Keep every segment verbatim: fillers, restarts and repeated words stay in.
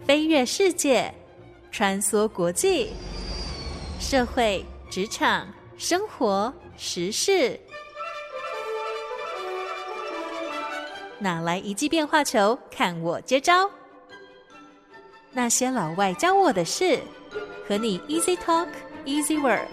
飞跃世界，穿梭国际，社会、职场、生活、时事，哪来一记变化球？看我接招！那些老外教我的事，和你 Easy Talk Easy Work。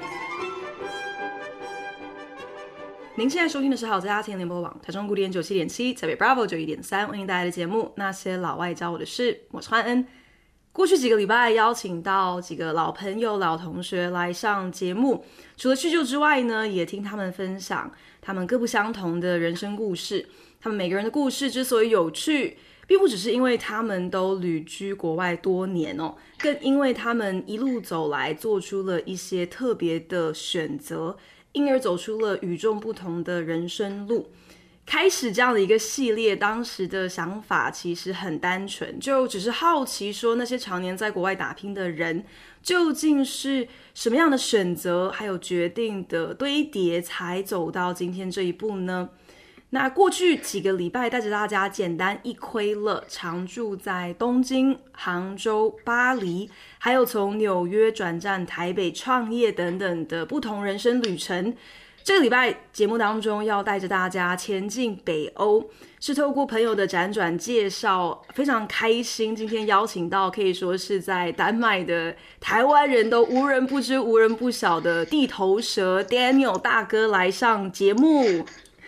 您现在收听的是好家庭联播网台中古典九七点七，台北 Bravo 九一点三，为您带来的节目《那些老外教我的事》，我是焕恩。过去几个礼拜邀请到几个老朋友、老同学来上节目，除了叙旧之外呢，也听他们分享他们各不相同的人生故事。他们每个人的故事之所以有趣，并不只是因为他们都旅居国外多年哦，更因为他们一路走来做出了一些特别的选择，因而走出了与众不同的人生路。开始这样的一个系列，当时的想法其实很单纯，就只是好奇说那些常年在国外打拼的人，究竟是什么样的选择还有决定的堆叠，才走到今天这一步呢？那过去几个礼拜带着大家简单一窥了常住在东京、杭州、巴黎，还有从纽约转战台北创业等等的不同人生旅程。这个礼拜节目当中要带着大家前进北欧，是透过朋友的辗转介绍，非常开心今天邀请到可以说是在丹麦的台湾人都无人不知无人不晓的地头蛇 Daniel 大哥来上节目。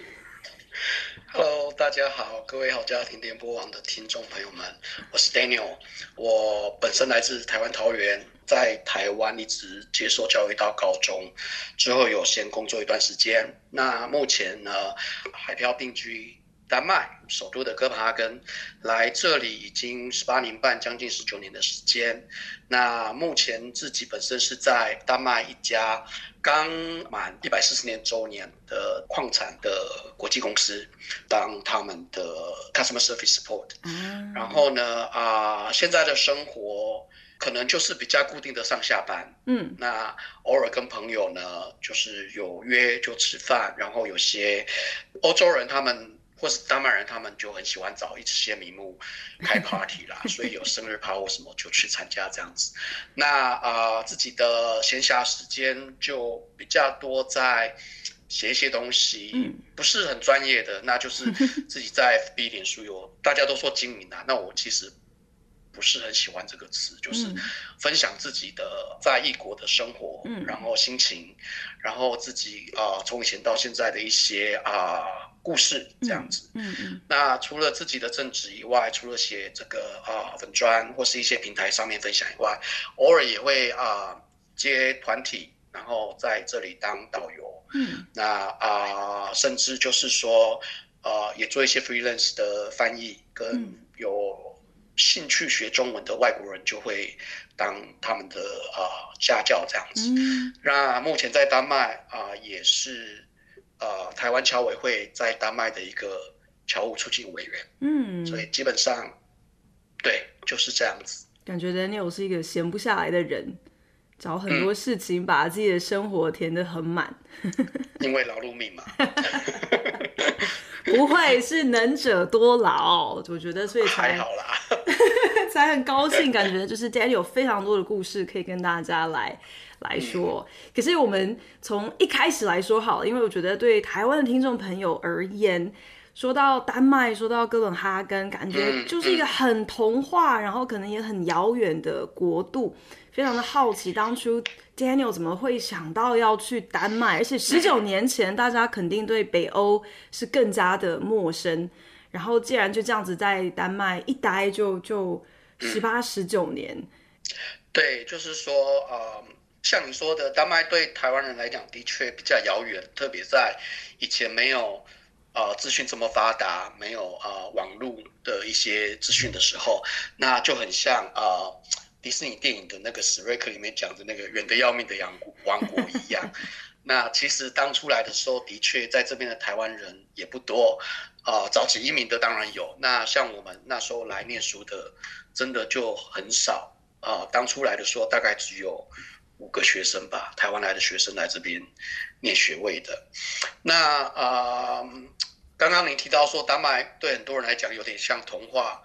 Hello， 大家好，各位好家庭联播网的听众朋友们，我是 Daniel， 我本身来自台湾桃园，在台湾一直接受教育到高中，之后有先工作一段时间。那目前呢，海漂定居丹麦首都的哥本哈根，来这里已经十八年半，将近十九年的时间。那目前自己本身是在丹麦一家刚满一百四十年周年的矿产的国际公司，当他们的 customer service support。嗯、然后呢，啊、呃，现在的生活可能就是比较固定的上下班，嗯，那偶尔跟朋友呢，就是有约就吃饭，然后有些欧洲人他们或是丹麦人他们就很喜欢找一些名目开 party 啦，所以有生日趴或什么就去参加这样子。那呃自己的闲暇时间就比较多在写一些东西，嗯、不是很专业的，那就是自己在 F B 脸书有大家都说精明啊，那我其实不是很喜欢这个词，就是分享自己的在异国的生活，嗯、然后心情，然后自己啊、呃、从以前到现在的一些啊。呃故事这样子，嗯嗯嗯、那除了自己的正职以外，除了写这个啊、呃、粉专或是一些平台上面分享以外，偶尔也会啊、呃、接团体，然后在这里当导游，嗯，那啊、呃、甚至就是说呃也做一些 freelance 的翻译，跟有兴趣学中文的外国人就会当他们的啊、呃、家教这样子。嗯、那目前在丹麦啊、呃、也是。呃，台湾侨委会在丹麦的一个侨务促进委员，嗯，所以基本上，对，就是这样子。 感觉 Daniel 是一个闲不下来的人，找很多事情把自己的生活填得很满。 嗯、因为劳碌命嘛。 不会，是能者多劳，我觉得所以才还好啦， 才很高兴，感觉就是 Daniel 有非常多的故事可以跟大家来。来说，可是我们从一开始来说好了，因为我觉得对台湾的听众朋友而言，说到丹麦，说到哥本哈根，感觉就是一个很童话，然后可能也很遥远的国度。非常的好奇，当初 Daniel 怎么会想到要去丹麦？而且十九年前，大家肯定对北欧是更加的陌生。然后既然就这样子在丹麦一待就就十八十九年， 对，就是说，呃。像你说的，丹麦对台湾人来讲的确比较遥远，特别在以前没有呃资讯这么发达，没有呃网络的一些资讯的时候，那就很像呃迪士尼电影的那个史瑞克里面讲的那个远得要命的王国一样。那其实当出来的时候，的确在这边的台湾人也不多，呃早期移民的当然有，那像我们那时候来念书的，真的就很少，呃当出来的时候大概只有五个学生吧，台湾来的学生来这边念学位的。那呃，刚刚您提到说丹麦对很多人来讲有点像童话，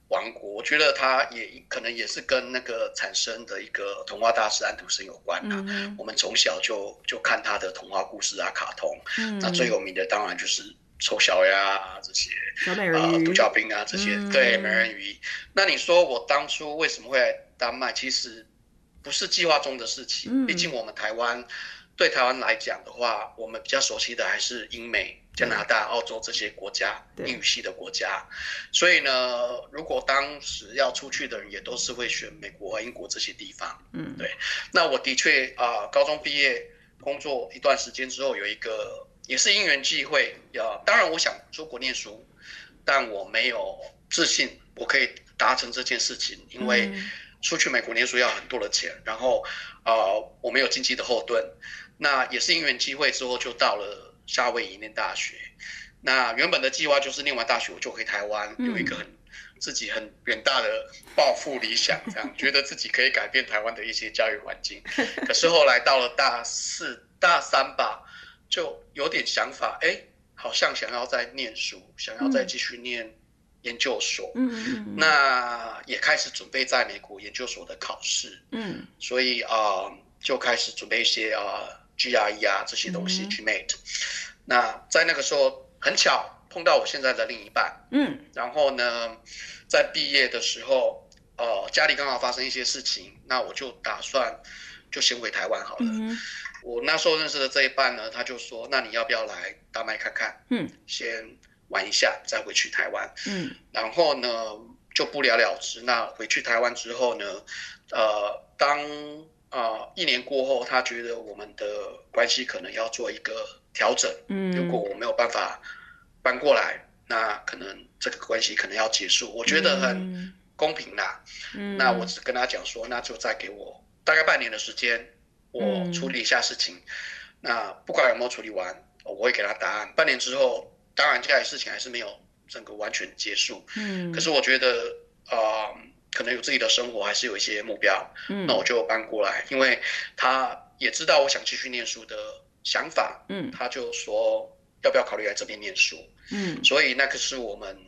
王国，我觉得它也可能也是跟那个产生的一个童话大师安徒生有关啊。嗯、我们从小就就看他的童话故事啊，卡通。嗯、那最有名的当然就是丑小鸭啊这些， 小美人鱼、 呃、独角兵啊这些，嗯、对，美人鱼。那你说我当初为什么会来丹麦？其实不是计划中的事情，嗯、毕竟我们台湾对台湾来讲的话，我们比较熟悉的还是英美。加拿大、澳洲这些国家，英语系的国家，所以呢，如果当时要出去的人，也都是会选美国、英国这些地方。嗯，对。那我的确啊、呃，高中毕业工作一段时间之后，有一个也是因缘际会，呃，当然我想出国念书，但我没有自信我可以达成这件事情，因为出去美国念书要很多的钱，然后呃，我没有经济的后盾。那也是因缘际会之后，就到了夏威夷念大学。那原本的计划就是念完大学我就回台湾，嗯、有一个很自己很远大的抱负理想，这样觉得自己可以改变台湾的一些教育环境。可是后来到了大四、大三吧，就有点想法，哎，好像想要再念书，想要再继续念研究所。嗯嗯嗯、那也开始准备在美国研究所的考试。嗯，所以啊、呃，就开始准备一些啊。呃G R E 啊这些东西 G M A T， 那在那个时候很巧碰到我现在的另一半，嗯，然后呢，在毕业的时候，呃，家里刚好发生一些事情，那我就打算就先回台湾好了。嗯、我那时候认识的这一半呢，他就说，那你要不要来丹麦看看？嗯，先玩一下，再回去台湾。嗯，然后呢就不了了之。那回去台湾之后呢，呃，当啊、呃，一年过后，他觉得我们的关系可能要做一个调整。嗯，如果我没有办法搬过来，那可能这个关系可能要结束。我觉得很公平啦。嗯，那我只跟他讲说，那就再给我大概半年的时间，我处理一下事情。嗯、那不管有没有处理完，我会给他答案。半年之后，当然家里事情还是没有整个完全结束。嗯，可是我觉得啊。呃可能有自己的生活，还是有一些目标，嗯，那我就搬过来，因为他也知道我想继续念书的想法，嗯，他就说要不要考虑来这边念书，嗯，所以那个是我们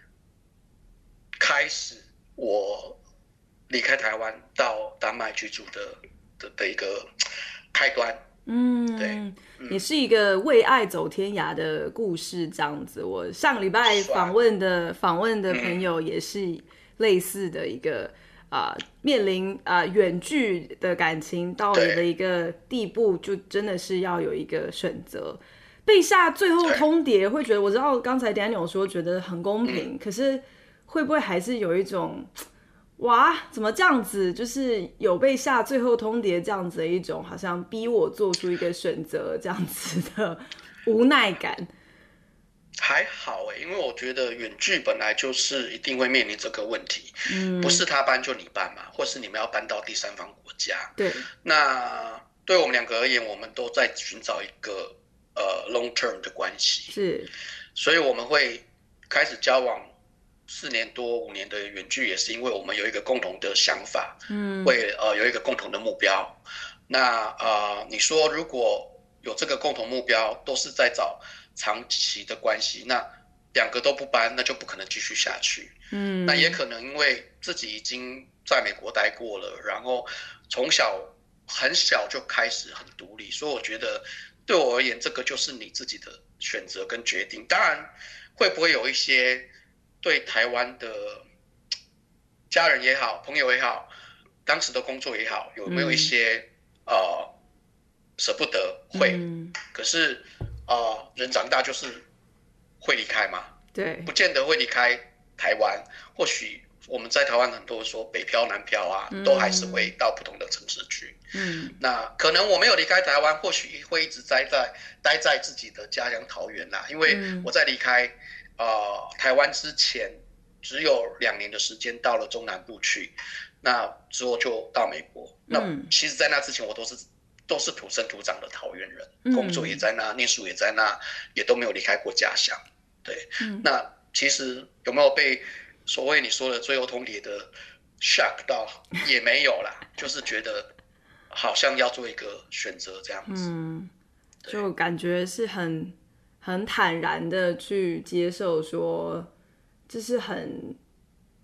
开始我离开台湾到丹麦居住的的的一个开端， 嗯，对，嗯、也是一个为爱走天涯的故事，这样子。我上个礼拜访问的访问的朋友也是。类似的一个啊、呃，面临啊远距的感情到了一个地步，就真的是要有一个选择。被下最后通牒，会觉得我知道刚才 Daniel 说觉得很公平，嗯、可是会不会还是有一种哇怎么这样子？就是有被下最后通牒这样子的一种，好像逼我做出一个选择这样子的无奈感。 还好哎、欸，因为我觉得远距本来就是一定会面临这个问题，嗯，不是他搬就你搬嘛，或是你们要搬到第三方国家。 对， 那对我们两个而言，我们都在寻找一个呃 long term 的关系， 是， 所以我们会开始交往四年多五年的远距，也是因为我们有一个共同的想法，嗯，会呃有一个共同的目标。那呃，你说如果有这个共同目标，都是在找长期的关系，那两个都不搬，那就不可能继续下去。嗯，那也可能因为自己已经在美国待过了，然后从小很小就开始很独立，所以我觉得对我而言，这个就是你自己的选择跟决定。当然，会不会有一些对台湾的家人也好、朋友也好、当时的工作也好，有没有一些、嗯、呃舍不得？会，嗯、可是。呃，人长大就是会离开嘛， 对， 不见得会离开台湾。或许我们在台湾很多说北漂、南漂啊，嗯、都还是会到不同的城市去。嗯，那可能我没有离开台湾，或许会一直待在待在自己的家乡桃园啦。因为我在离开呃台湾之前，只有两年的时间到了中南部去，那之后就到美国。那其实，在那之前，我都是。都是土生土长的桃园人，嗯、工作也在那，念书也在那，也都没有离开过家乡。对，嗯、那其实有没有被所谓你说的最后通牒的 shock 到？也没有啦，就是觉得好像要做一个选择这样子。嗯， 就感觉是很很坦然的去接受说，这是很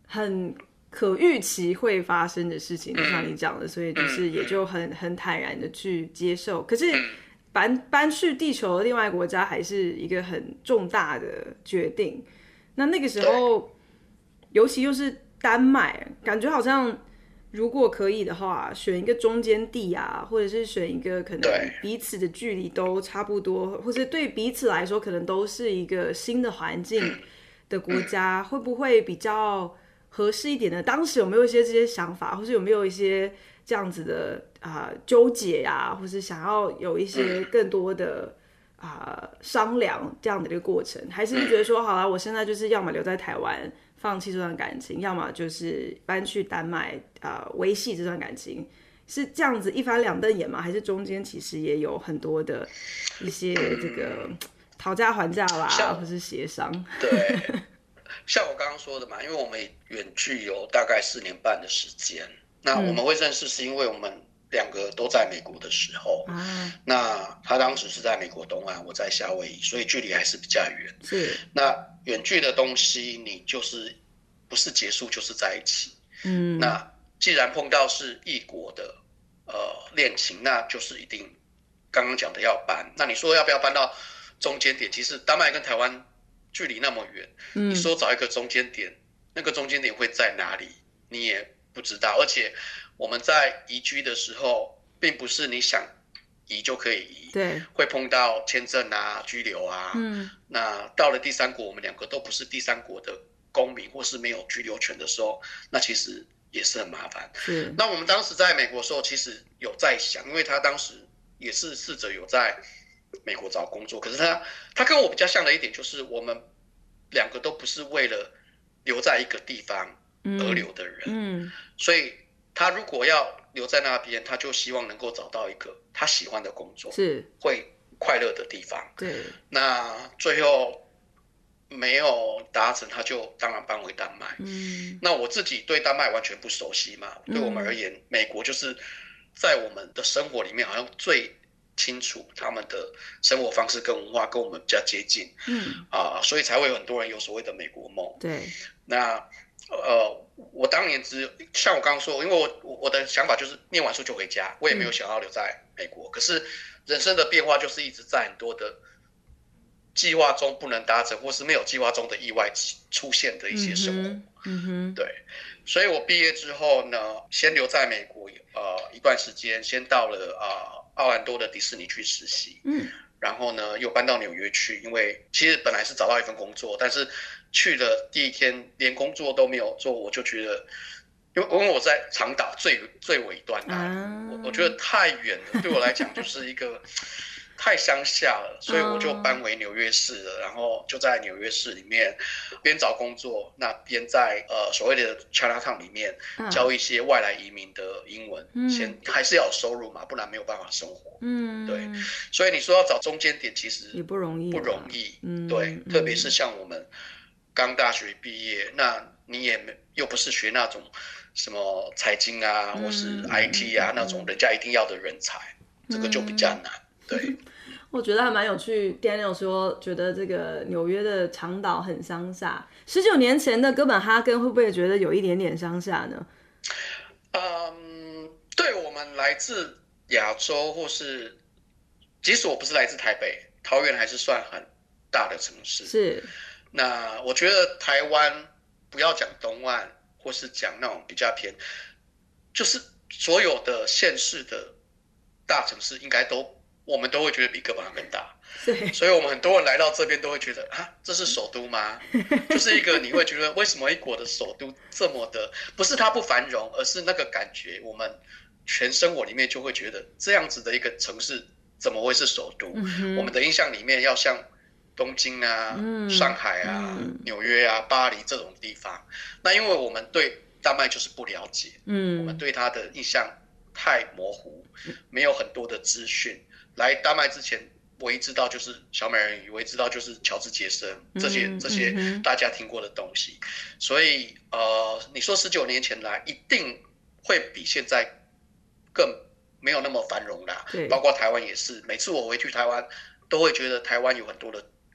很可预期会发生的事情，就像你讲的，所以就是也就很很坦然的去接受。可是搬搬去地球的另外一个国家还是一个很重大的决定。那那个时候，尤其又是丹麦，感觉好像如果可以的话，选一个中间地啊，或者是选一个可能彼此的距离都差不多，或者对彼此来说可能都是一个新的环境的国家，会不会比较合适一点呢？当时有没有一些这些想法，或是有没有一些这样子的啊、呃、纠结啊，或是想要有一些更多的啊、呃、商量这样的一个过程？还是觉得说好啦，我现在就是要么留在台湾放弃这段感情，要么就是搬去丹麦啊、呃、维系这段感情？是这样子一翻两瞪眼吗？还是中间其实也有很多的一些这个讨价还价啦，或是协商？ 对。像我刚刚说的嘛，因为我们远距有大概四年半的时间，那我们会认识是因为我们两个都在美国的时候，嗯、那他当时是在美国东岸，我在夏威夷，所以距离还是比较远。 是， 那远距的东西，你就是不是结束就是在一起。嗯，那既然碰到是异国的呃恋情，那就是一定刚刚讲的要搬。那你说要不要搬到中间点？其实丹麦跟台湾距离那么远，你说找一个中间点，那个中间点会在哪里，你也不知道。而且我们在移居的时候，并不是你想移就可以移， 对， 会碰到签证啊、居留啊。嗯，那到了第三国，我们两个都不是第三国的公民，或是没有居留权的时候，那其实也是很麻烦。 是。 那我们当时在美国的时候，其实有在想，因为他当时也是试着有在美国找工作，可是他他跟我比较像的一点就是，我们两个都不是为了留在一个地方而留的人，嗯嗯、所以他如果要留在那边，他就希望能够找到一个他喜欢的工作， 是会快乐的地方。 对， 那最后没有达成，他就当然搬回丹麦。嗯，那我自己对丹麦完全不熟悉嘛，嗯、对我们而言，美国就是在我们的生活里面好像最清楚他们的生活方式跟文化跟我们比较接近，嗯啊、呃，所以才会有很多人有所谓的美国梦。 对， 那呃，我当年只像我刚刚说，因为我我的想法就是念完书就回家，我也没有想要留在美国。嗯、可是人生的变化就是一直在很多的计划中不能达成，或是没有计划中的意外出现的一些生活。嗯嗯哼， 对，所以我毕业之后呢，先留在美国呃一段时间，先到了啊。呃奥兰多的迪士尼去实习，嗯，然后呢又搬到纽约去，因为其实本来是找到一份工作，但是去了第一天连工作都没有做，我就觉得，因为因为我在长岛最最尾端那里，啊、我我觉得太远了，对我来讲就是一个太乡下了，所以我就搬回纽约市了，然后就在纽约市里面边找工作，那边在呃所谓的 Chinatown 里面教一些外来移民的英文，嗯、先还是要有收入嘛，不然没有办法生活。嗯，对，所以你说要找中间点，其实也不容易， 不容易。嗯，对，嗯、特别是像我们刚大学毕业，那你也没又不是学那种什么财经啊，嗯、或是 I T 啊、嗯、那种人家一定要的人才，嗯、这个就比较难。对， 我觉得还蛮有趣。Daniel 说，觉得这个纽约的长岛很乡下。十九年前的哥本哈根会不会觉得有一点点乡下呢？ 嗯，对我们来自亚洲，或是即使我不是来自台北，桃园还是算很大的城市。 是。 那我觉得台湾不要讲东岸，或是讲那种比较偏，就是所有的县市的大城市，应该都。我们都会觉得比哥本哈根大， 对， 所以我们很多人来到这边都会觉得啊，这是首都吗？就是一个你会觉得为什么一国的首都这么的，不是它不繁荣，而是那个感觉，我们全生活里面就会觉得这样子的一个城市怎么会是首都？嗯、我们的印象里面要像东京啊、嗯、上海啊、嗯、纽约啊、巴黎这种地方，那因为我们对丹麦就是不了解，嗯，我们对它的印象太模糊，没有很多的资讯。来丹麦之前，唯一知道就是小美人鱼，唯一知道就是乔治杰森这些、嗯、这些大家听过的东西。所以呃，你说十九年前来，一定会比现在更没有那么繁荣啦。包括台湾也是，每次我回去台湾，都会觉得台湾有很多的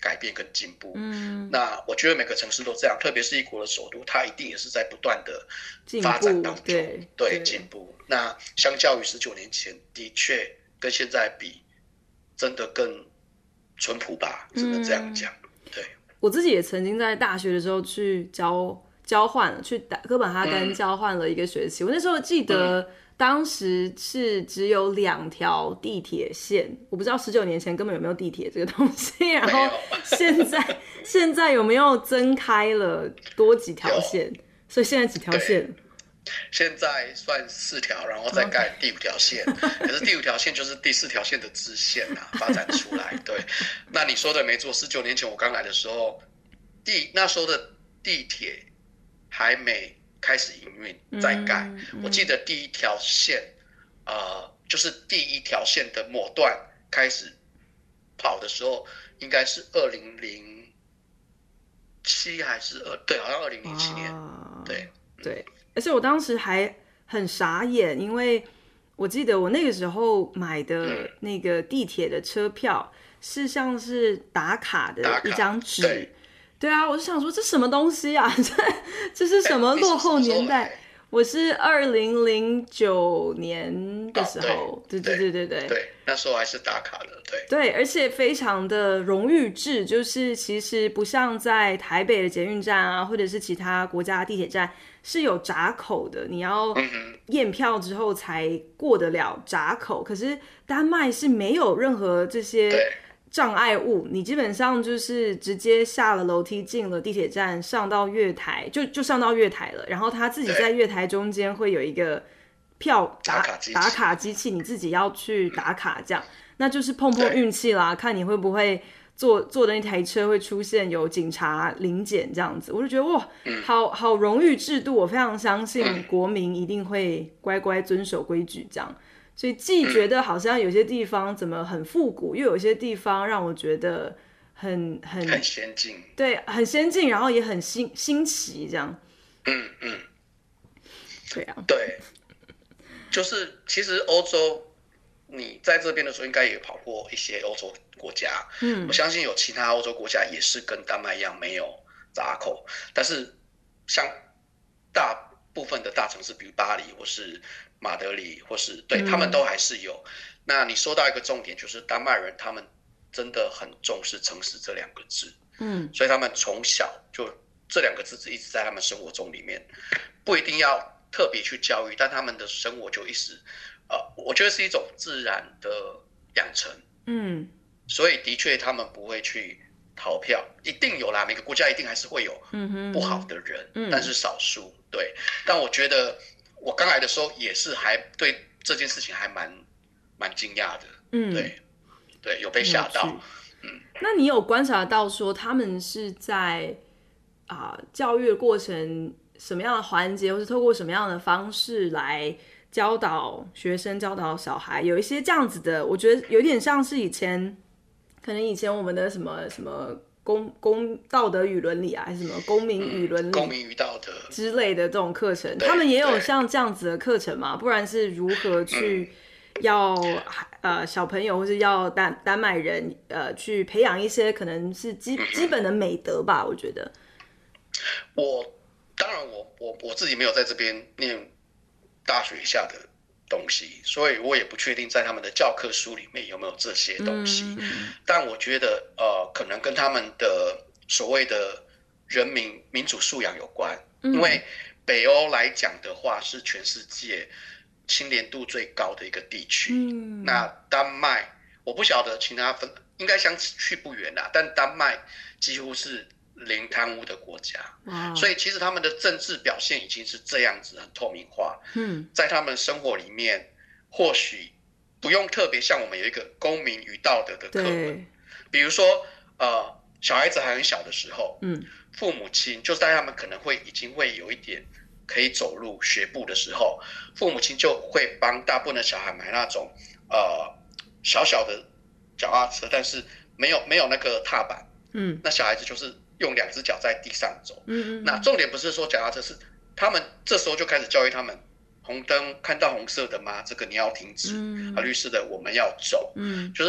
改变跟进步。 嗯， 那我觉得每个城市都这样，特别是一国的首都，它一定也是在不断的发展当中， 对对进步。那相较于十九年前，的确跟现在比，真的更淳朴吧，只能这样讲。嗯、对， 我自己也曾经在大学的时候去交交换了，去哥本哈根交换了一个学期。嗯、我那时候记得。嗯当时是只有两条地铁线，我不知道十九年前根本有没有地铁这个东西，然后现在现在有没有增开了多几条线？所以现在几条线？ 现在算四条，然后再盖第五条线。可是第五条线就是第四条线的支线啊，发展出来。对，那你说的没错，十九年前我刚来的时候，地那时候的地铁还没开始营运再盖、嗯嗯、我记得第一条线、呃、就是第一条线的末段开始跑的时候应该是二零零七还是二对好像二零零七年、啊、对对，而且我当时还很傻眼，因为我记得我那个时候买的那个地铁的车票是像是打卡的一张纸，对啊，我就想说这什么东西啊？这这是什么落后年代？欸、我是二零零九年的时候，哦、对对对对对对，那时候还是打卡的，对对，而且非常的荣誉制，就是其实不像在台北的捷运站啊，或者是其他国家的地铁站是有闸口的，你要验票之后才过得了闸口。可是丹麦是没有任何这些障碍物，你基本上就是直接下了楼梯进了地铁站，上到月台就就上到月台了，然后他自己在月台中间会有一个票 打, 打, 卡打卡机器，你自己要去打卡，这样那就是碰碰运气啦，看你会不会坐坐的那台车会出现有警察临检这样子。我就觉得哇，好好荣誉制度，我非常相信国民一定会乖乖遵守规矩这样。所以既觉得好像有些地方怎么很复古，又有些地方让我觉得很很很先进， 对，很先进，然后也很新新奇这样。 嗯嗯， 对啊， 对，就是其实欧洲，你在这边的时候应该也跑过一些欧洲国家，嗯，我相信有其他欧洲国家也是跟丹麦一样没有闸口，但是像大部分的大城市，比如巴黎或是马德里或是对、嗯、他们都还是有。那你说到一个重点，就是丹麦人他们真的很重视诚实这两个字，嗯，所以他们从小就这两个字一直在他们生活中里面，不一定要特别去教育，但他们的生活就一直，呃，我觉得是一种自然的养成，嗯，所以的确他们不会去逃票，一定有啦，每个国家一定还是会有不好的人，嗯、但是少数，对，但我觉得。我刚来的时候也是还对这件事情还蛮蛮惊讶的，嗯，对，对，有被吓到，嗯。 那你有观察到说他们是在啊、呃、教育的过程什么样的环节，或是透过什么样的方式来教导学生、教导小孩？有一些这样子的，我觉得有点像是以前可能以前我们的什么什么。公公道德与伦理啊，还是什么公民与伦理、嗯、 公民与道德之类的这种课程，他们也有像这样子的课程吗？不然是如何去要、嗯、呃小朋友或是要丹丹麦人呃去培养一些可能是基基本的美德吧？我觉得。 我当然我我我自己没有在这边念大学下的东西，所以我也不确定在他们的教科书里面有没有这些东西。嗯、但我觉得，呃，可能跟他们的所谓的人民民主素养有关。嗯、因为北欧来讲的话，是全世界清廉度最高的一个地区。嗯、那丹麦，我不晓得其他分，应该相去不远啦。但丹麦几乎是零贪污的国家，所以其实他们的政治表现已经是这样子很透明化。嗯，在他们生活里面，或许不用特别像我们有一个公民与道德的课文，比如说呃，小孩子还很小的时候，嗯，父母亲就是在他们可能会已经会有一点可以走路学步的时候，父母亲就会帮大部分的小孩买那种呃小小的脚踏车，但是没有没有那个踏板，嗯，那小孩子就是用两只脚在地上走，嗯嗯，那重点不是说脚踏车，是他们这时候就开始教育他们，红灯看到红色的吗？这个你要停止，嗯、啊，绿色的我们要走，嗯，就是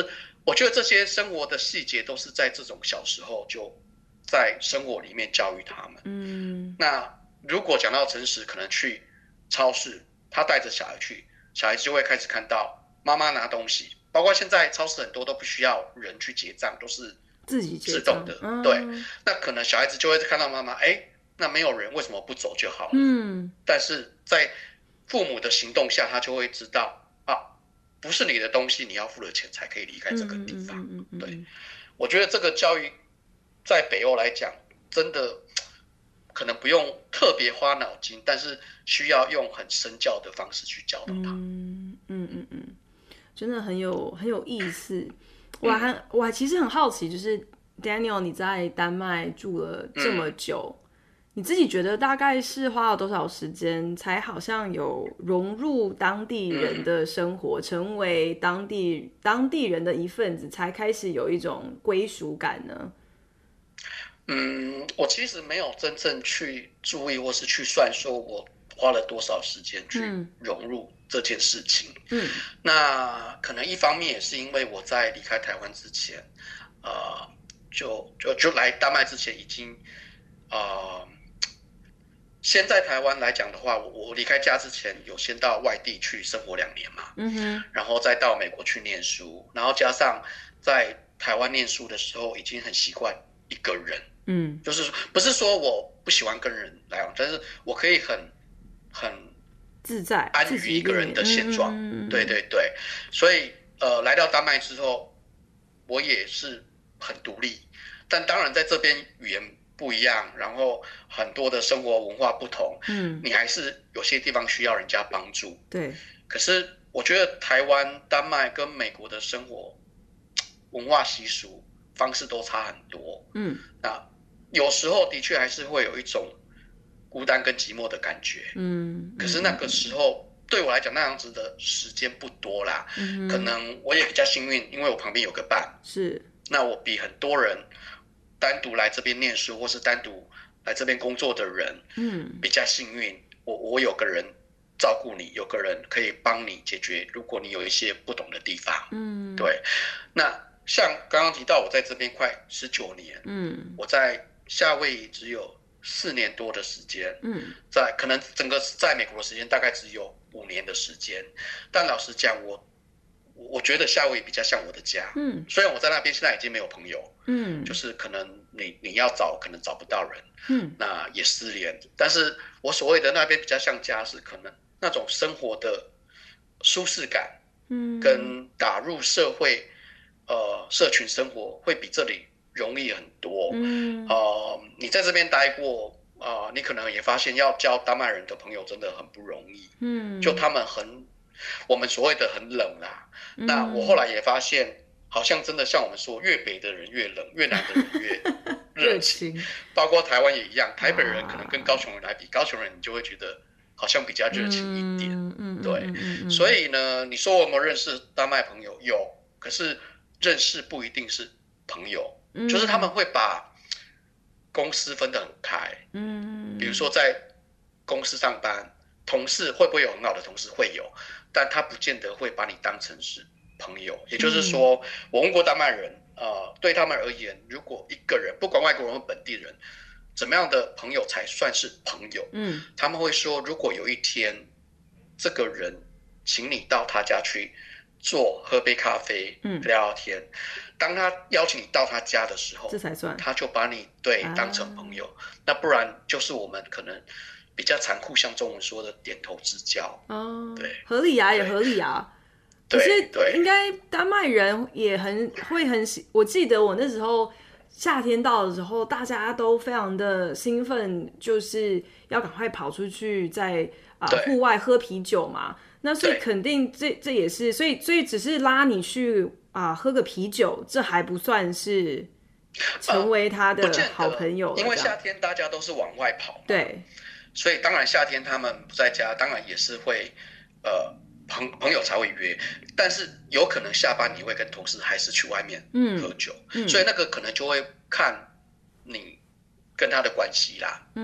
我觉得这些生活的细节都是在这种小时候就在生活里面教育他们。 嗯， 那如果讲到诚实，可能去超市，他带着小孩去，小孩就会开始看到妈妈拿东西，包括现在超市很多都不需要人去结账，都是自己结自动的。 嗯、 对，那可能小孩子就会看到妈妈，哎，那没有人为什么不走就好了？ 嗯， 但是在父母的行动下，他就会知道啊，不是你的东西，你要付了钱才可以离开这个地方。 嗯嗯嗯嗯、 对，我觉得这个教育在北欧来讲，真的可能不用特别花脑筋，但是需要用很身教的方式去教导他。 嗯嗯嗯嗯，真的很有很有意思。我还、嗯、我还其实很好奇，就是 Daniel 你在丹麦住了这么久。嗯，你自己觉得大概是花了多少时间才好像有融入当地人的生活，嗯、成为当地当地人的一份子，才开始有一种归属感呢？ 嗯，我其实没有真正去注意或是去算说我花了多少时间去融入这件事情。嗯，那可能一方面也是因为我在离开台湾之前，呃，就就就来丹麦之前已经，呃。先在台湾来讲的话，我我离开家之前有先到外地去生活两年嘛，嗯哼，然后再到美国去念书，然后加上在台湾念书的时候已经很习惯一个人，嗯，就是不是说我不喜欢跟人来往，但是我可以很很自在安于一个人的现状，嗯、对对对，所以呃来到丹麦之后，我也是很独立，但当然在这边语言不一样，然后很多的生活文化不同，嗯，你还是有些地方需要人家帮助。 对， 可是我觉得台湾、丹麦跟美国的生活文化习俗方式都差很多，嗯，那有时候的确还是会有一种孤单跟寂寞的感觉，嗯，可是那个时候对我来讲那样子的时间不多啦，嗯，可能我也比较幸运，因为我旁边有个伴， 是， 那我比很多人单独来这边念书或是单独来这边工作的人，嗯，比较幸运，我我有个人照顾你，有个人可以帮你解决，如果你有一些不懂的地方，嗯，对。那像刚刚提到，我在这边快十九年，嗯，我在夏威夷只有四年多的时间，嗯，在可能整个在美国的时间大概只有五年的时间，但老实讲，我。我觉得夏威夷比较像我的家，嗯，虽然我在那边现在已经没有朋友，嗯，就是可能你你要找可能找不到人，嗯，那也失联，但是我所谓的那边比较像家是可能那种生活的舒适感，嗯，跟打入社会，呃，社群生活会比这里容易很多，嗯，呃，你在这边待过，呃，你可能也发现要交丹麦人的朋友真的很不容易，嗯，就他们很。我们所谓的很冷啦，嗯，那我后来也发现，好像真的像我们说，越北的人越冷，越南的人越热情，包括台湾也一样，台北人可能跟高雄人来比，高雄人你就会觉得好像比较热情一点，嗯嗯，对，嗯嗯嗯，所以呢，你说我有没有认识丹麦朋友？有，可是认识不一定是朋友，嗯，就是他们会把公司分得很开，嗯，比如说在公司上班。同事会不会有很好的同事？会有，但他不见得会把你当成是朋友。也就是说，嗯，我问过丹麦人，呃，对他们而言，如果一个人不管外国人或本地人，怎么样的朋友才算是朋友？嗯，他们会说，如果有一天这个人请你到他家去坐喝杯咖啡，嗯，聊聊天，当他邀请你到他家的时候， 这才算， 他就把你对当成朋友，啊，那不然就是我们可能。比较残酷，像中文说的点头之交，哦，对， 合理啊，也合理啊。可是应该丹麦人也很会很喜，我记得我那时候夏天到的时候，大家都非常的兴奋，就是要赶快跑出去在啊户外喝啤酒嘛。那所以肯定这这也是，所以所以只是拉你去啊喝个啤酒，这还不算是成为他的好朋友， 呃，因为夏天大家都是往外跑嘛， 对。 所以当然夏天他们不在家，当然也是会，呃，朋朋友才会约，但是有可能下班你会跟同事还是去外面喝酒，嗯嗯，所以那个可能就会看你跟他的关系啦，嗯，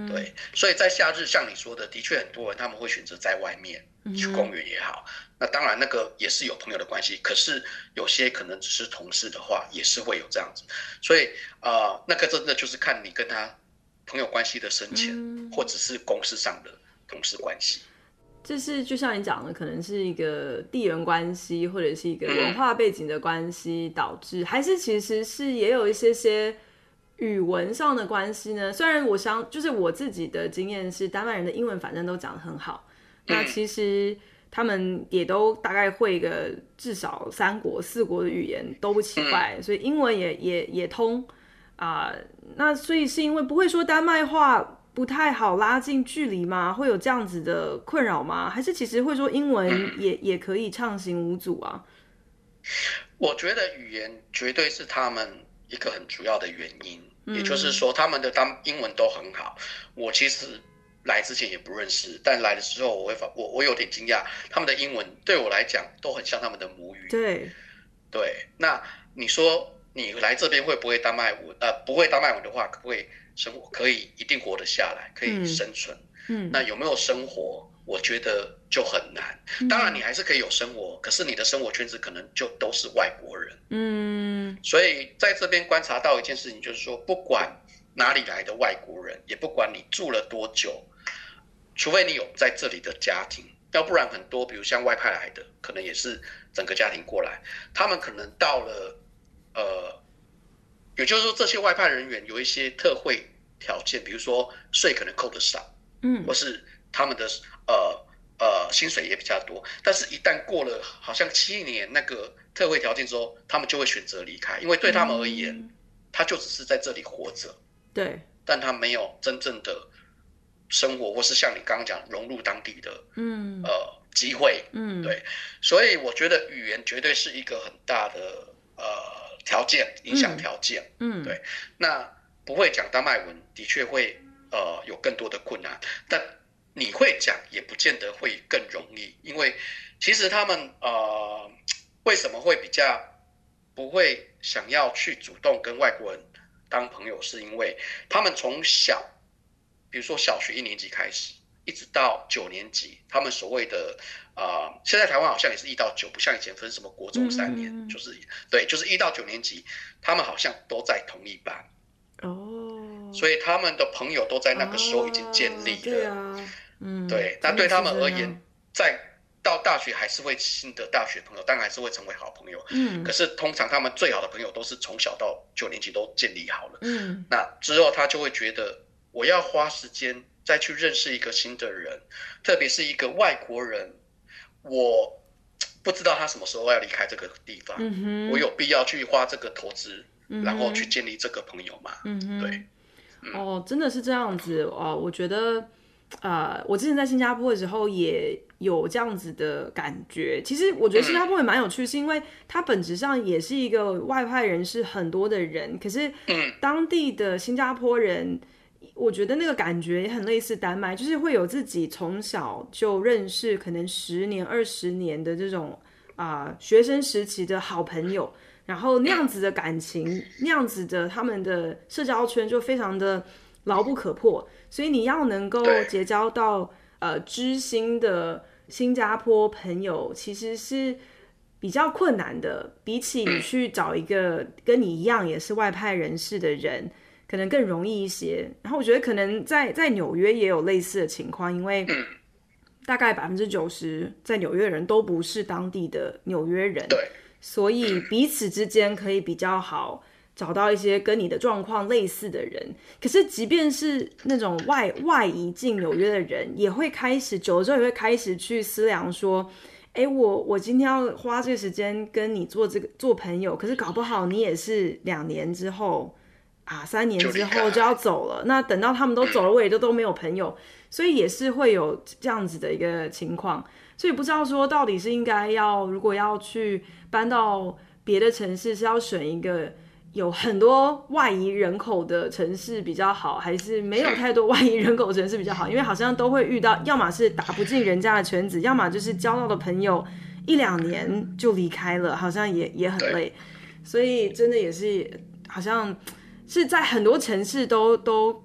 对，所以在夏日像你说的，的确很多人他们会选择在外面去公园也好，那当然那个也是有朋友的关系，可是有些可能只是同事的话，也是会有这样子，所以呃，那个真的就是看你跟他朋友关系的深浅，嗯、或者是公司上的同事关系。 就是就像你讲的，可能是一个地缘关系，或者是一个文化背景的关系导致，嗯、还是其实是也有一些些语文上的关系呢？虽然我想，就是我自己的经验是，丹麦人的英文反正都讲得很好，嗯、那其实他们也都大概会个至少三国、四国的语言都不奇怪，嗯、所以英文也也也通啊、呃。那所以是因为不会说丹麦话不太好拉近距离吗？会有这样子的困扰吗？还是其实会说英文也、嗯、也可以畅行无阻啊？ 我觉得语言绝对是他们一个很主要的原因，嗯、也就是说他们的当英文都很好。我其实来之前也不认识，但来的时候我会发我我有点惊讶，他们的英文对我来讲都很像他们的母语。 对对，那你说你来这边会不会丹麦文？呃，不会丹麦文的话，可不可以生活？可以，一定活得下来，可以生存。嗯，那有没有生活？我觉得就很难。当然，你还是可以有生活，可是你的生活圈子可能就都是外国人。嗯，所以在这边观察到一件事情，就是说，不管哪里来的外国人，也不管你住了多久，除非你有在这里的家庭，要不然很多，比如像外派来的，可能也是整个家庭过来，他们可能到了，呃，也就是说，这些外派人员有一些特惠条件，比如说税可能扣得少，嗯，或是他们的呃呃薪水也比较多，但是一旦过了好像七年那个特惠条件之后，他们就会选择离开，因为对他们而言，嗯、他就只是在这里活着， 对， 但他没有真正的生活，或是像你刚刚讲融入当地的，嗯，呃机会，嗯，对，所以我觉得语言绝对是一个很大的呃条件，影响条件，嗯，对，那不会讲丹麦文的确会呃有更多的困难，但你会讲也不见得会更容易，因为其实他们呃为什么会比较不会想要去主动跟外国人当朋友，是因为他们从小，比如说小学一年级开始，一直到九年级，他们所谓的呃，现在台湾好像也是一到九，不像以前分什么国中三年，嗯、就是对，就是一到九年级，他们好像都在同一班哦，所以他们的朋友都在那个时候已经建立了，哦、对啊，嗯，对，那对他们而言，在到大学还是会新的大学朋友，当然还是会成为好朋友。嗯，可是通常他们最好的朋友都是从小到九年级都建立好了。嗯，那之后他就会觉得，我要花时间再去认识一个新的人，特别是一个外国人，我不知道他什么时候要离开这个地方，嗯哼，我有必要去花这个投资，嗯、然后去建立这个朋友吗？嗯哼，对。 嗯、哦，真的是这样子哦，我觉得。呃，我之前在新加坡的时候也有这样子的感觉。其实我觉得新加坡也蛮有趣，是因为它本质上也是一个外派人士很多的人，可是当地的新加坡人，我觉得那个感觉也很类似丹麦，就是会有自己从小就认识，可能十年、二十年的这种啊、呃、学生时期的好朋友，然后那样子的感情，那样子的他们的社交圈就非常的牢不可破。所以你要能够结交到呃知心的新加坡朋友，其实是比较困难的，比起你去找一个跟你一样也是外派人士的人，可能更容易一些。然后我觉得可能在在纽约也有类似的情况，因为大概百分之九十在纽约的人都不是当地的纽约人，所以彼此之间可以比较好找到一些跟你的状况类似的人。可是即便是那种外外移进纽约的人，也会开始久了之后也会开始去思量说，哎，我我今天要花这个时间跟你做这个做朋友，可是搞不好你也是两年之后啊，三年之后就要走了，那等到他们都走了，我也就都没有朋友，所以也是会有这样子的一个情况。所以不知道说到底是应该要，如果要去搬到别的城市，是要选一个有很多外移人口的城市比较好，还是没有太多外移人口的城市比较好？因为好像都会遇到，要么是打不进人家的圈子，要么就是交到的朋友一两年就离开了，好像也也很累。所以真的也是好像是在很多城市都都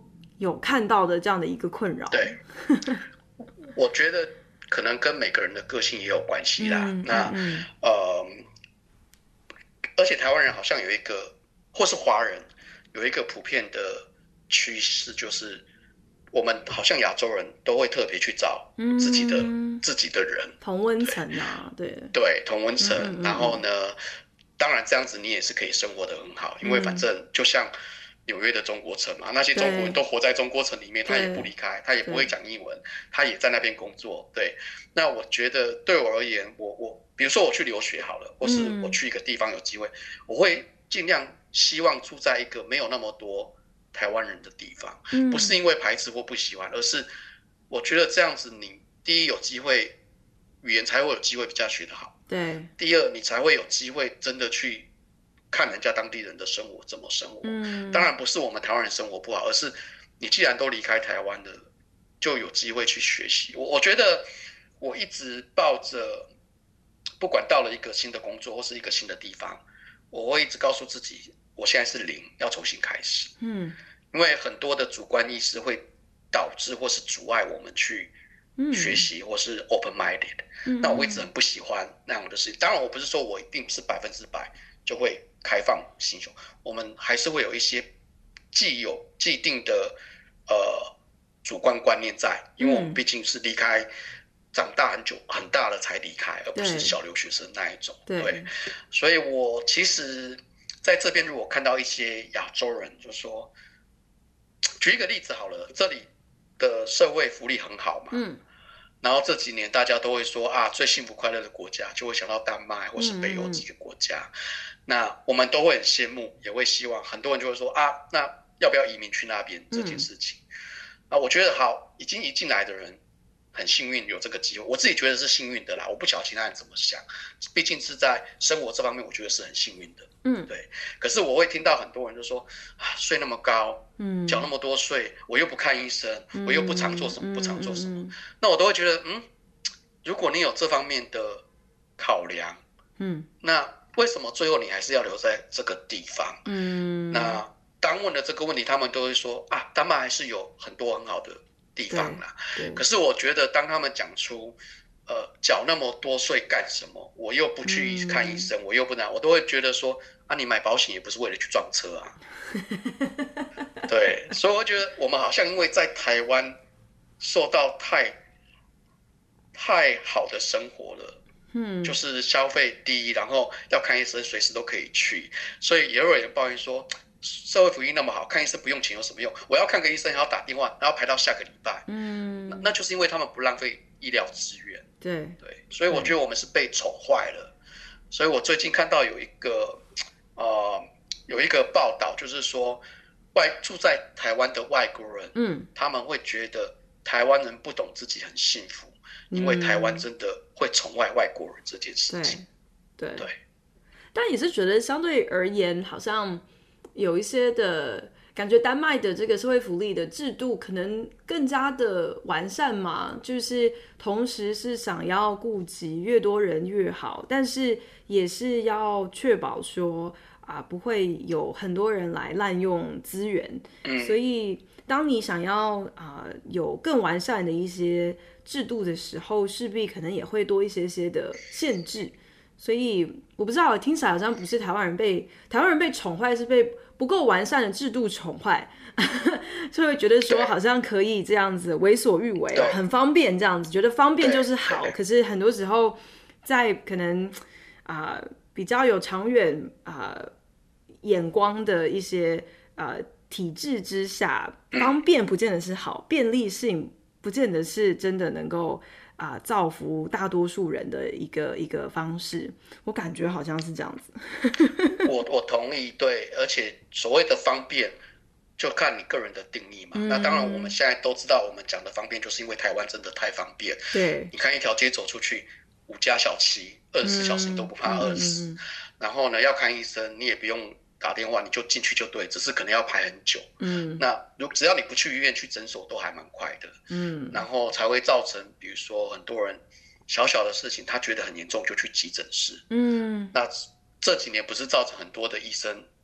有看到的这样的一个困扰。 对，我觉得可能跟每个人的个性也有关系啦。 嗯、 那、 嗯、 呃，而且台湾人好像有一个，或是华人有一个普遍的趋势，就是我们好像亚洲人都会特别去找自己的、嗯、自己的人， 同温层啊，对对，同温层、 嗯嗯嗯。 然后呢，当然这样子你也是可以生活得很好，因为反正就像纽约的中国城嘛，那些中国人都活在中国城里面，他也不离开，他也不会讲英文，他也在那边工作。对，那我觉得对我而言，我我比如说我去留学好了，或是我去一个地方有机会，嗯、我会尽量希望住在一个没有那么多台湾人的地方，嗯、不是因为排斥或不喜欢，而是我觉得这样子你第一有机会语言才会有机会比较学得好， 对， 第二你才会有机会真的去看人家当地人的生活怎么生活。嗯，当然不是我们台湾人生活不好，而是你既然都离开台湾了，就有机会去学习。我我觉得我一直抱着，不管到了一个新的工作或是一个新的地方，我会一直告诉自己，我现在是零，要重新开始。嗯，因为很多的主观意识会导致或是阻碍我们去学习，或是 open minded。嗯，那我一直很不喜欢那样的事情。当然，我不是说我一定是百分之百就会开放心胸，我们还是会有一些既有既定的呃主观观念在，因为我们毕竟是离开、嗯、长大很久很大了才离开，而不是小留学生那一种。 对, 对，所以我其实在这边如果看到一些亚洲人，就说举一个例子好了，这里的社会福利很好嘛，嗯，然后这几年大家都会说啊，最幸福快乐的国家就会想到丹麦或是北欧几个国家，嗯、那我们都会很羡慕，也会希望，很多人就会说啊，那要不要移民去那边这件事情？啊、嗯，我觉得好，已经移进来的人很幸运有这个机会，我自己觉得是幸运的啦，我不晓得其他人怎么想，毕竟是在生活这方面，我觉得是很幸运的。嗯，对。可是我会听到很多人就说啊，税那么高，嗯，缴那么多税，我又不看医生，嗯、我又不常做什么，不常做什么，嗯、那我都会觉得，嗯，如果你有这方面的考量，嗯，那为什么最后你还是要留在这个地方？嗯，那当问了这个问题，他们都会说啊，丹麦还是有很多很好的地方啦。可是我觉得，当他们讲出呃缴那么多税干什么？我又不去看医生，嗯、我又不拿，我都会觉得说啊，你买保险也不是为了去撞车啊。对，所以我觉得我们好像因为在台湾受到太太好的生活了。嗯，就是消费低，然后要看医生随时都可以去，所以也有人抱怨说，社会福利那么好，看医生不用钱有什么用？我要看个医生还要打电话，然后排到下个礼拜。嗯，那, 那就是因为他们不浪费医疗资源。 对对，所以我觉得我们是被宠坏了。所以我最近看到有一个呃有一个报道，就是说外住在台湾的外国人，嗯，他们会觉得台湾人不懂自己很幸福。因为台湾真的会宠爱外国人这件事情， 对 对, 对， 但也是觉得相对而言，好像有一些的感觉，丹麦的这个社会福利的制度可能更加的完善嘛，就是同时是想要顾及越多人越好，但是也是要确保说啊不会有很多人来滥用资源，嗯，所以当你想要啊有更完善的一些制度的时候，势必可能也会多一些些的限制，所以我不知道，听起来好像不是台湾人被台湾人被宠坏，是被不够完善的制度宠坏，就会觉得说好像可以这样子为所欲为，很方便这样子，觉得方便就是好。可是很多时候在可能啊、呃、比较有长远啊、呃、眼光的一些呃体制之下，方便不见得是好，便利性不见得是真的能够啊、呃、造福大多数人的一个一个方式，我感觉好像是这样子。 我我同意，对，而且所谓的方便，就看你个人的定义嘛。嗯、那当然，我们现在都知道，我们讲的方便，就是因为台湾真的太方便。 对， 你看一条街走出去，五家小七，二十四小时你都不怕饿死。嗯嗯嗯、然后呢，要看医生，你也不用打电话，你就进去就对，只是可能要排很久。嗯，那如只要你不去医院，去诊所都还蛮快的。嗯，然后才会造成，比如说很多人小小的事情，他觉得很严重就去急诊室。嗯，那这几年不是造成很多的医生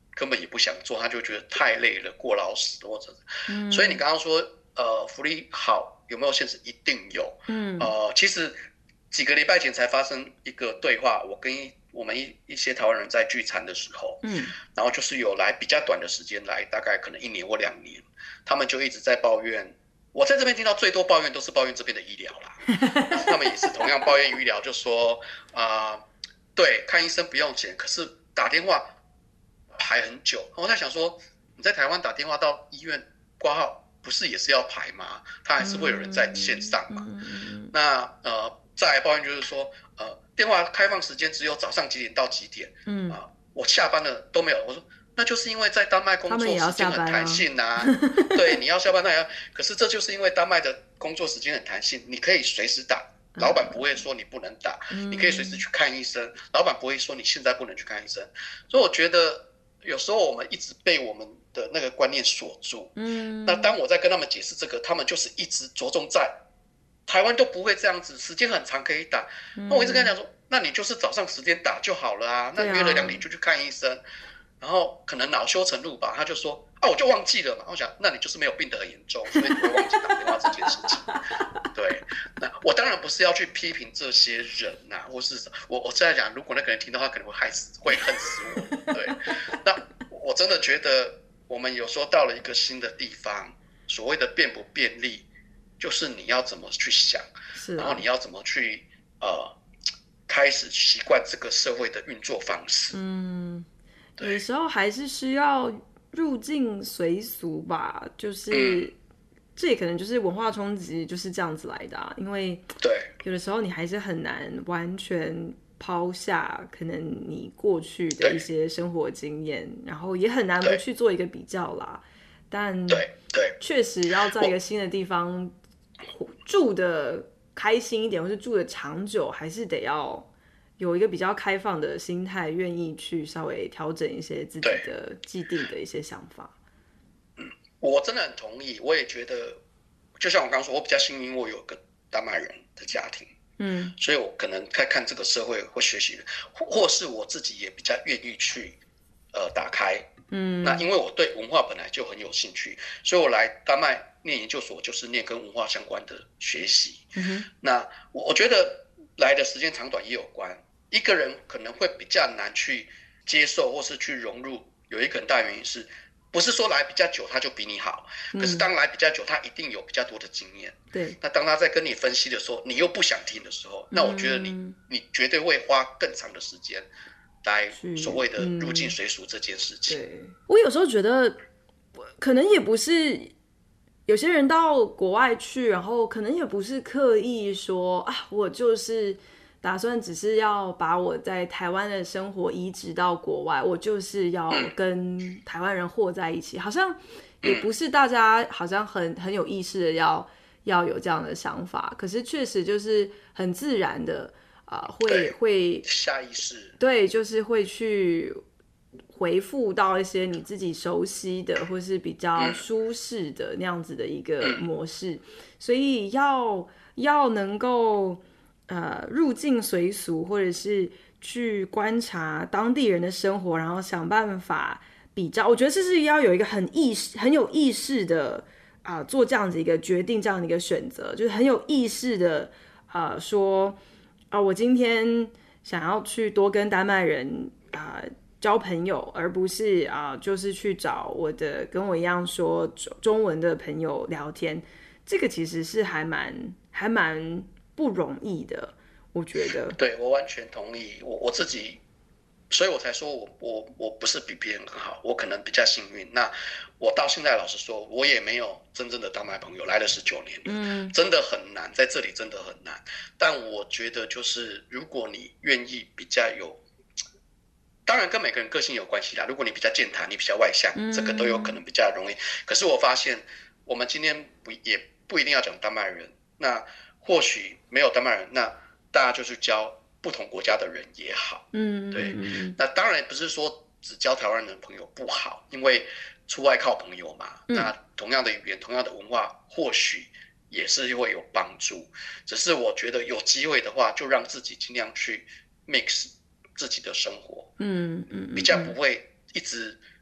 根本也不想做，他就觉得太累了，过劳死或者， 嗯， 所以你刚刚说呃福利好有没有限制？一定有， 嗯， 呃，其实几个礼拜前才发生一个对话，我跟一我们一一些台湾人在聚餐的时候， 嗯， 然后就是有来比较短的时间来，大概可能一年或两年，他们就一直在抱怨。我在这边听到最多抱怨都是抱怨这边的医疗啦，他们也是同样抱怨医疗，就说啊、呃，对，看医生不用钱，可是打电话排很久。我在想说，你在台湾打电话到医院挂号，不是也是要排吗？他还是会有人在线上嘛。 嗯嗯嗯、 那呃，再来抱怨就是说，呃，电话开放时间只有早上几点到几点，嗯啊、呃，我下班了都没有。我说。那就是因为在丹麦工作时间很弹性啊，对，你要下班那要，可是这就是因为丹麦的工作时间很弹性，你可以随时打，老板不会说你不能打，嗯、你可以随时去看医生，老板不会说你现在不能去看医生，所以我觉得有时候我们一直被我们的那个观念锁住，嗯，那当我在跟他们解释这个，他们就是一直着重在台湾都不会这样子，时间很长可以打，那我一直跟他讲说，那你就是早上十点打就好了啊，那约了两点就去看医生。然后可能恼羞成怒吧，他就说啊，我就忘记了嘛。我想，那你就是没有病得很严重，所以你会忘记打电话这件事情。对，那我当然不是要去批评这些人呐、啊，或是我我在讲，如果那个人听到，他可能会害死，会恨死我。对，那我真的觉得我们有时候到了一个新的地方，所谓的便不便利，就是你要怎么去想， 是、啊， 然后你要怎么去呃开始习惯这个社会的运作方式。 嗯。有时候还是需要入境随俗吧，就是、嗯、这也可能就是文化冲击就是这样子来的、啊、因为有的时候你还是很难完全抛下可能你过去的一些生活经验，然后也很难不去做一个比较啦，但确实要在一个新的地方住的开心一点，或是住的长久，还是得要有一个比较开放的心态，愿意去稍微调整一些自己的既定的一些想法。 嗯，我真的很同意，我也觉得，就像我刚刚说，我比较幸运，我有个丹麦人的家庭，嗯，所以我可能在看这个社会或学习，或或是我自己也比较愿意去呃打开，嗯，那因为我对文化本来就很有兴趣，所以我来丹麦念研究所就是念跟文化相关的学习。嗯哼，那我我觉得来的时间长短也有关。一个人可能会比较难去接受或是去融入，有一个很大原因是不是说来比较久他就比你好，可是当来比较久他一定有比较多的经验，对，那当他在跟你分析的时候你又不想听的时候，那我觉得你、嗯、你绝对会花更长的时间来所谓的入境随俗这件事情、嗯、 对，我有时候觉得可能也不是有些人到国外去，然后可能也不是刻意说啊我就是打算只是要把我在台湾的生活移植到国外，我就是要跟台湾人和在一起，好像也不是大家好像很很有意识的要要有这样的想法，可是确实就是很自然的啊、呃，会会下意识， 对，就是会去回复到一些你自己熟悉的或是比较舒适的那样子的一个模式，所以要要能够。呃，入境随俗，或者是去观察当地人的生活，然后想办法比较。我觉得这是要有一个很意识、很有意识的啊、呃，做这样子一个决定，这样的一个选择，就是很有意识的啊、呃，说啊、呃，我今天想要去多跟丹麦人啊、呃、交朋友，而不是啊、呃，就是去找我的跟我一样说中文的朋友聊天。这个其实是还蛮还蛮。不容易的，我觉得。 对，我完全同意。我我自己，所以我才说我我我不是比别人更好，我可能比较幸运。那我到现在老实说，我也没有真正的丹麦朋友，来了十九年，嗯，真的很难，在这里真的很难。但我觉得就是如果你愿意比较有，当然跟每个人个性有关系啦。如果你比较健谈，你比较外向，嗯、这个都有可能比较容易。可是我发现，我们今天不也不一定要讲丹麦人，那。或许没有丹麦人，那大家就是交不同国家的人也好，嗯，对。那当然不是说只交台湾人的朋友不好，因为出外靠朋友嘛。嗯、那同样的语言、同样的文化，或许也是会有帮助。只是我觉得有机会的话，就让自己尽量去 mix 自己的生活，嗯嗯，比较不会一直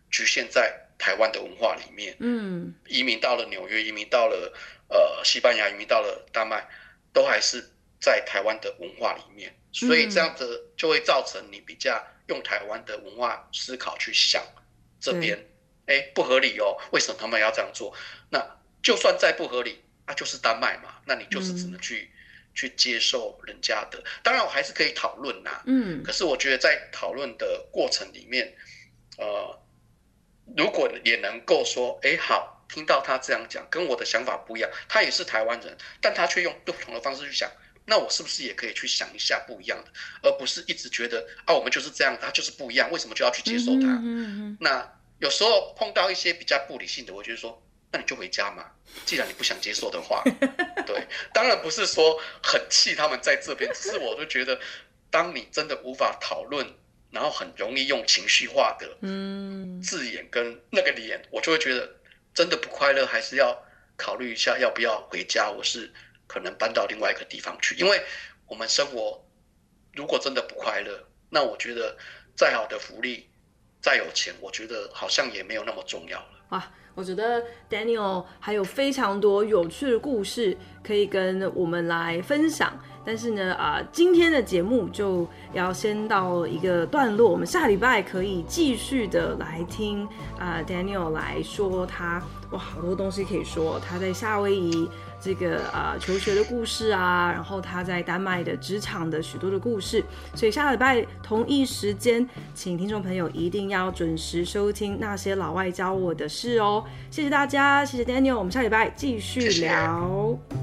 局限在台湾的文化里面。嗯，移民到了纽约，移民到了呃西班牙，移民到了丹麦，都还是在台湾的文化里面，所以这样子就会造成你比较用台湾的文化思考去想这边，哎，不合理哦，为什么他们要这样做？那就算再不合理，那、啊、就是丹麦嘛，那你就是只能去、嗯、去接受人家的。当然我还是可以讨论呐，嗯，可是我觉得在讨论的过程里面，呃，如果也能够说，哎，好，听到他这样讲，跟我的想法不一样，他也是台湾人，但他却用不同的方式去想。那我是不是也可以去想一下不一样的，而不是一直觉得啊，我们就是这样，他就是不一样，为什么就要去接受他？嗯嗯嗯，那有时候碰到一些比较不理性的，我就说，那你就回家嘛，既然你不想接受的话，对，当然不是说很气他们在这边，只是我就觉得，当你真的无法讨论，然后很容易用情绪化的字眼跟那个脸，我就会觉得真的不快乐，还是要考虑一下要不要回家，我是可能搬到另外一个地方去，因为我们生活如果真的不快乐，那我觉得再好的福利再有钱，我觉得好像也没有那么重要了。 哇，我觉得 Daniel 还有非常多有趣的故事可以跟我们来分享，但是呢，呃，今天的节目就要先到一个段落，我们下礼拜可以继续的来听啊、呃、Daniel 来说他哇好多东西可以说，他在夏威夷这个呃求学的故事啊，然后他在丹麦的职场的许多的故事，所以下礼拜同一时间，请听众朋友一定要准时收听那些老外教我的事哦。谢谢大家，谢谢 Daniel， 我们下礼拜继续聊。谢谢。